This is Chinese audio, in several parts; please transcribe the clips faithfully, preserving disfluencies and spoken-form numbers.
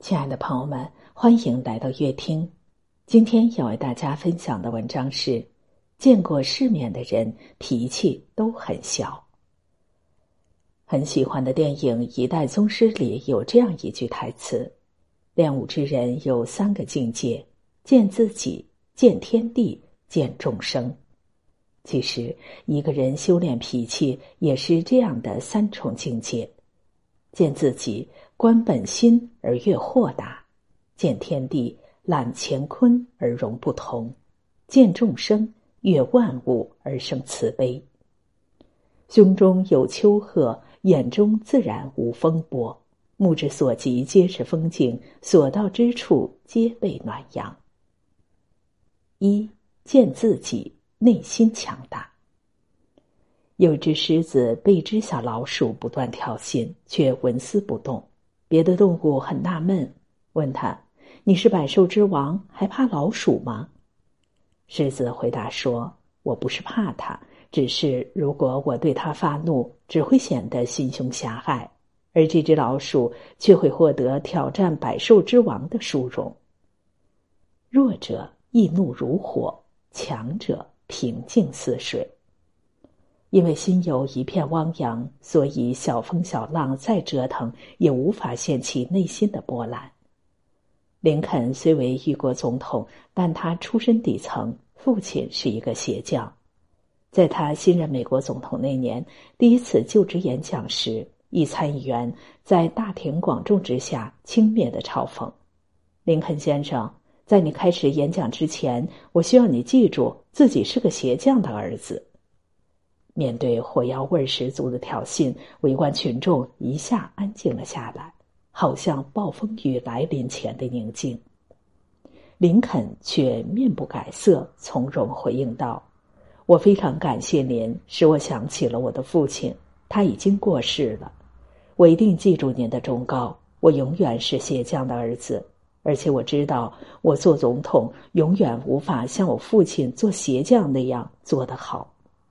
亲爱的朋友们，欢迎来到乐听。今天要为大家分享的文章是：见过世面的人脾气都很小。很喜欢的电影《一代宗师》里有这样一句台词：练武之人有三个境界，见自己、见天地、见众生。其实一个人修炼脾气也是这样的三重境界：见自己，观本心而越豁达；见天地，揽乾坤而容不同；见众生，悦万物而生慈悲。胸中有丘壑，眼中自然无风波。目之所及皆是风景，所到之处皆被暖阳。一、见自己，内心强大。有只狮子被一只小老鼠不断挑衅，却纹丝不动。别的动物很纳闷，问他：你是百兽之王，还怕老鼠吗？狮子回答说：我不是怕它，只是如果我对它发怒，只会显得心胸狭隘，而这只老鼠却会获得挑战百兽之王的殊荣。弱者易怒如火，强者平静似水。因为心有一片汪洋，所以小风小浪再折腾也无法掀起内心的波澜。林肯虽为一国总统，但他出身底层，父亲是一个鞋匠。在他新任美国总统那年，第一次就职演讲时，一参议员在大庭广众之下轻蔑地嘲讽：林肯先生，在你开始演讲之前，我需要你记住自己是个鞋匠的儿子。面对火药味十足的挑衅，围观群众一下安静了下来，好像暴风雨来临前的宁静。林肯却面不改色，从容回应道：我非常感谢您，使我想起了我的父亲，他已经过世了。我一定记住您的忠告，我永远是鞋匠的儿子，而且我知道我做总统永远无法像我父亲做鞋匠那样做得好。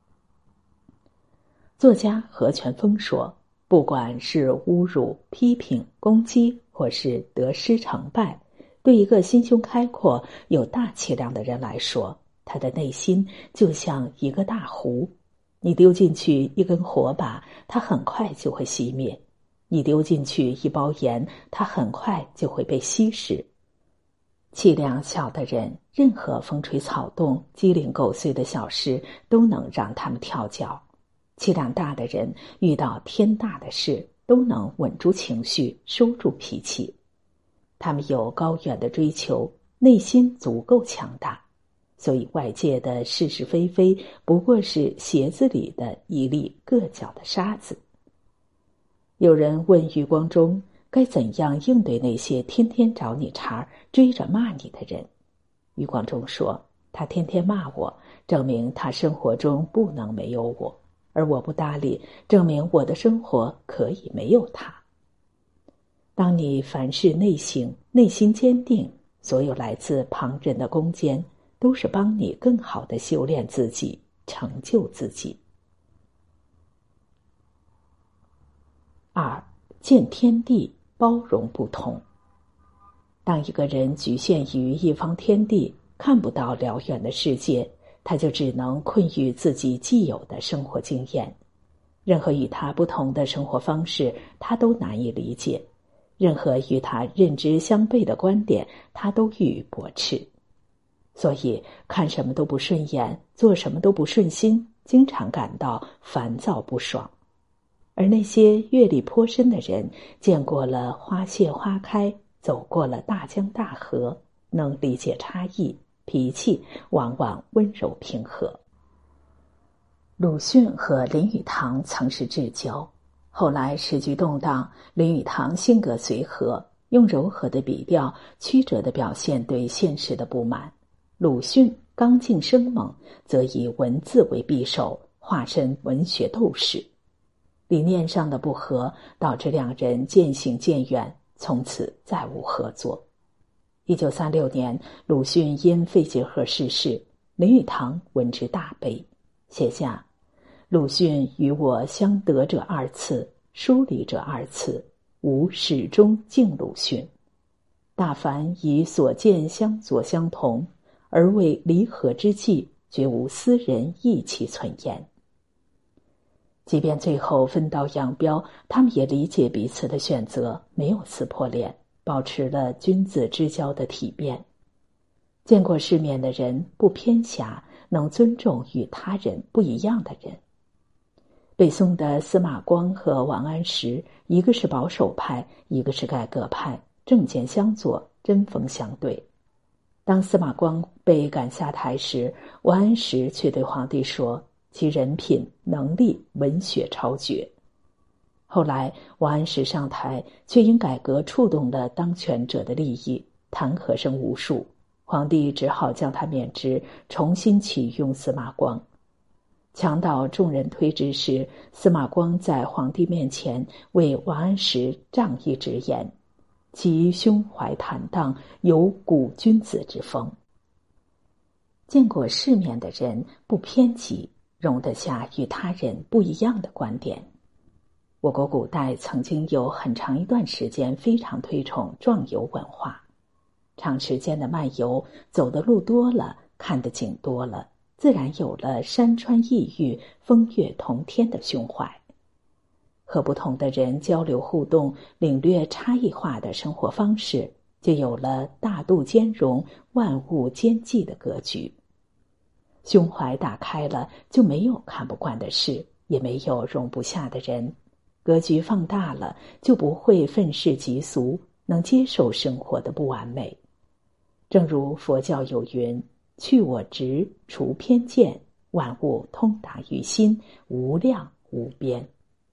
作家何全峰说，不管是侮辱、批评、攻击，或是得失成败，对一个心胸开阔、有大气量的人来说，他的内心就像一个大湖，你丢进去一根火把，它很快就会熄灭；你丢进去一包盐，它很快就会被稀释。气量小的人，任何风吹草动、鸡零狗碎的小事都能让他们跳脚；气量大的人，遇到天大的事都能稳住情绪，收住脾气。他们有高远的追求，内心足够强大，所以外界的是是非非不过是鞋子里的一粒硌脚的沙子。有人问余光中该怎样应对那些天天找你茬、追着骂你的人。余光中说，他天天骂我，证明他生活中不能没有我，而我不搭理，证明我的生活可以没有他。当你凡事内省，内心坚定，所有来自旁人的攻坚都是帮你更好地修炼自己，成就自己。二、见天地，包容不同。当一个人局限于一方天地，看不到辽远的世界，他就只能困于自己既有的生活经验。任何与他不同的生活方式，他都难以理解；任何与他认知相悖的观点，他都予以驳斥。所以看什么都不顺眼，做什么都不顺心，经常感到烦躁不爽。而那些阅历颇深的人，见过了花谢花开，走过了大江大河，能理解差异，脾气往往温柔平和。鲁迅和林语堂曾是至交，后来时局动荡，林语堂性格随和，用柔和的笔调曲折地表现对现实的不满；鲁迅刚劲生猛，则以文字为匕首，化身文学斗士。理念上的不合导致两人渐行渐远，从此再无合作。一九三六年，鲁迅因肺结核逝世，林语堂闻之大悲，写下：鲁迅与我相得者二次，疏离者二次，吾始终敬鲁迅。 大凡以所见相左相同，而为离合之际，绝无私人义气存焉。即便最后分道扬镳，他们也理解彼此的选择，没有撕破脸，保持了君子之交的体面。见过世面的人不偏狭，能尊重与他人不一样的人。北宋的司马光和王安石，一个是保守派，一个是改革派，政见相左，针锋相对。当司马光被赶下台时，王安石却对皇帝说其人品、能力、文学超绝。后来王安石上台，却因改革触动了当权者的利益，弹劾声无数，皇帝只好将他免职，重新启用司马光。墙倒众人推之时，司马光在皇帝面前为王安石仗义直言，其胸怀坦荡，有古君子之风。见过世面的人不偏激，容得下与他人不一样的观点。我国古代曾经有很长一段时间非常推崇壮游文化，长时间的漫游，走的路多了，看的景多了，自然有了山川异域、风月同天的胸怀。和不同的人交流互动，领略差异化的生活方式，就有了大度兼容、万物兼济的格局。胸怀打开了，就没有看不惯的事，也没有容不下的人。格局放大了，就不会愤世嫉俗，能接受生活的不完美。正如佛教有云，去我执，除偏见，万物通达于心，无量无边。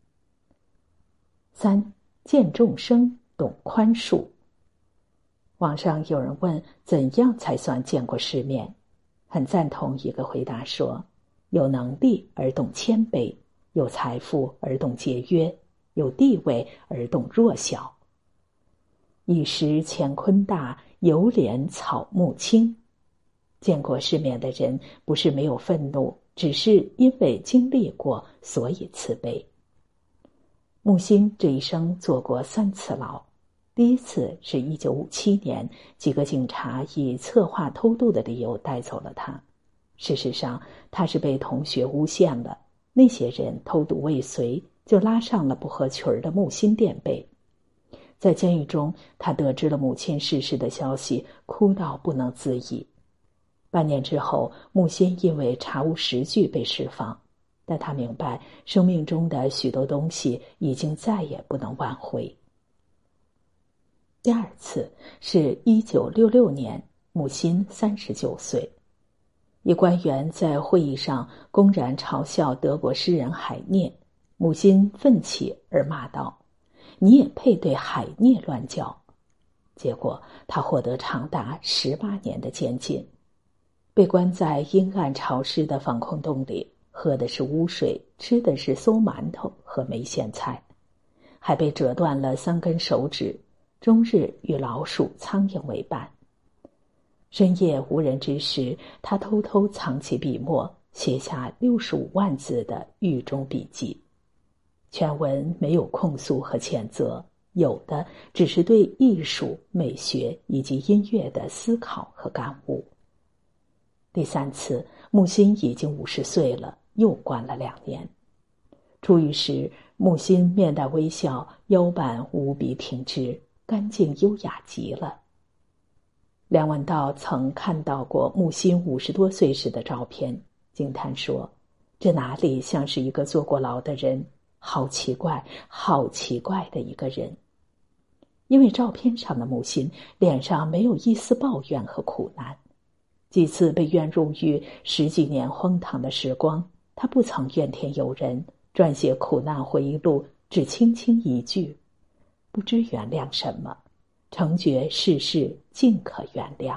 三，见众生，懂宽恕。网上有人问，怎样才算见过世面？很赞同一个回答说，有能力而懂谦卑，有财富而懂节约，有地位而懂弱小。一时乾坤大，犹怜草木轻。见过世面的人不是没有愤怒，只是因为经历过，所以慈悲。木心这一生坐过三次牢，第一次是一九五七年，几个警察以策划偷渡的理由带走了他。事实上，他是被同学诬陷了，那些人偷渡未遂，就拉上了不合群的木心垫背。在监狱中，他得知了母亲逝世的消息，哭到不能自已。半年之后，木心因为查无实据被释放，但他明白生命中的许多东西已经再也不能挽回。第二次是一九六六年，木心三十九岁，一官员在会议上公然嘲笑德国诗人海涅，木心愤起而骂道：“你也配对海涅乱叫！”结果他获得长达十八年的监禁，被关在阴暗潮湿的防空洞里，喝的是污水，吃的是馊馒头和梅咸菜，还被折断了三根手指，终日与老鼠、苍蝇为伴。深夜无人之时，他偷偷藏起笔墨，写下六十五万字的狱中笔记。全文没有控诉和谴责，有的只是对艺术、美学以及音乐的思考和感悟。第三次，木心已经五十岁了，又关了两年。出狱时，木心面带微笑，腰板无比挺直，干净优雅极了。梁文道曾看到过木心五十多岁时的照片，惊叹说：“这哪里像是一个坐过牢的人，好奇怪，好奇怪的一个人。”因为照片上的木心脸上没有一丝抱怨和苦难。几次被冤入狱，十几年荒唐的时光，他不曾怨天尤人，撰写苦难回忆录，只轻轻一句：“不知原谅什么，诚觉世事尽可原谅。”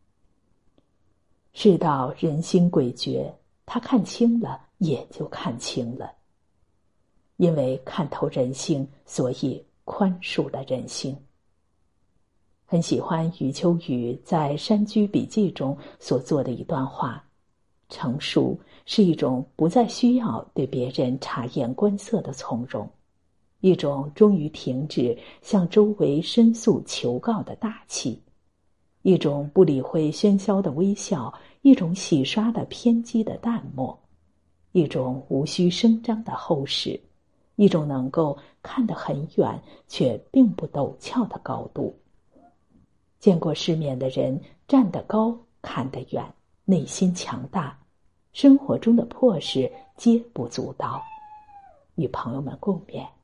世道人心诡谲，他看清了，也就看清了。因为看透人性，所以宽恕了人性。很喜欢余秋雨在《山居笔记》中所做的一段话：成熟是一种不再需要对别人察言观色的从容。 一种终于停止向周围申诉求告的大气，一种不理会喧嚣的微笑，一种洗刷的偏激的淡漠，一种无需声张的厚实，一种能够看得很远却并不陡峭的高度。见过世面的人站得高，看得远，内心强大，生活中的破事皆不足道。与朋友们共勉。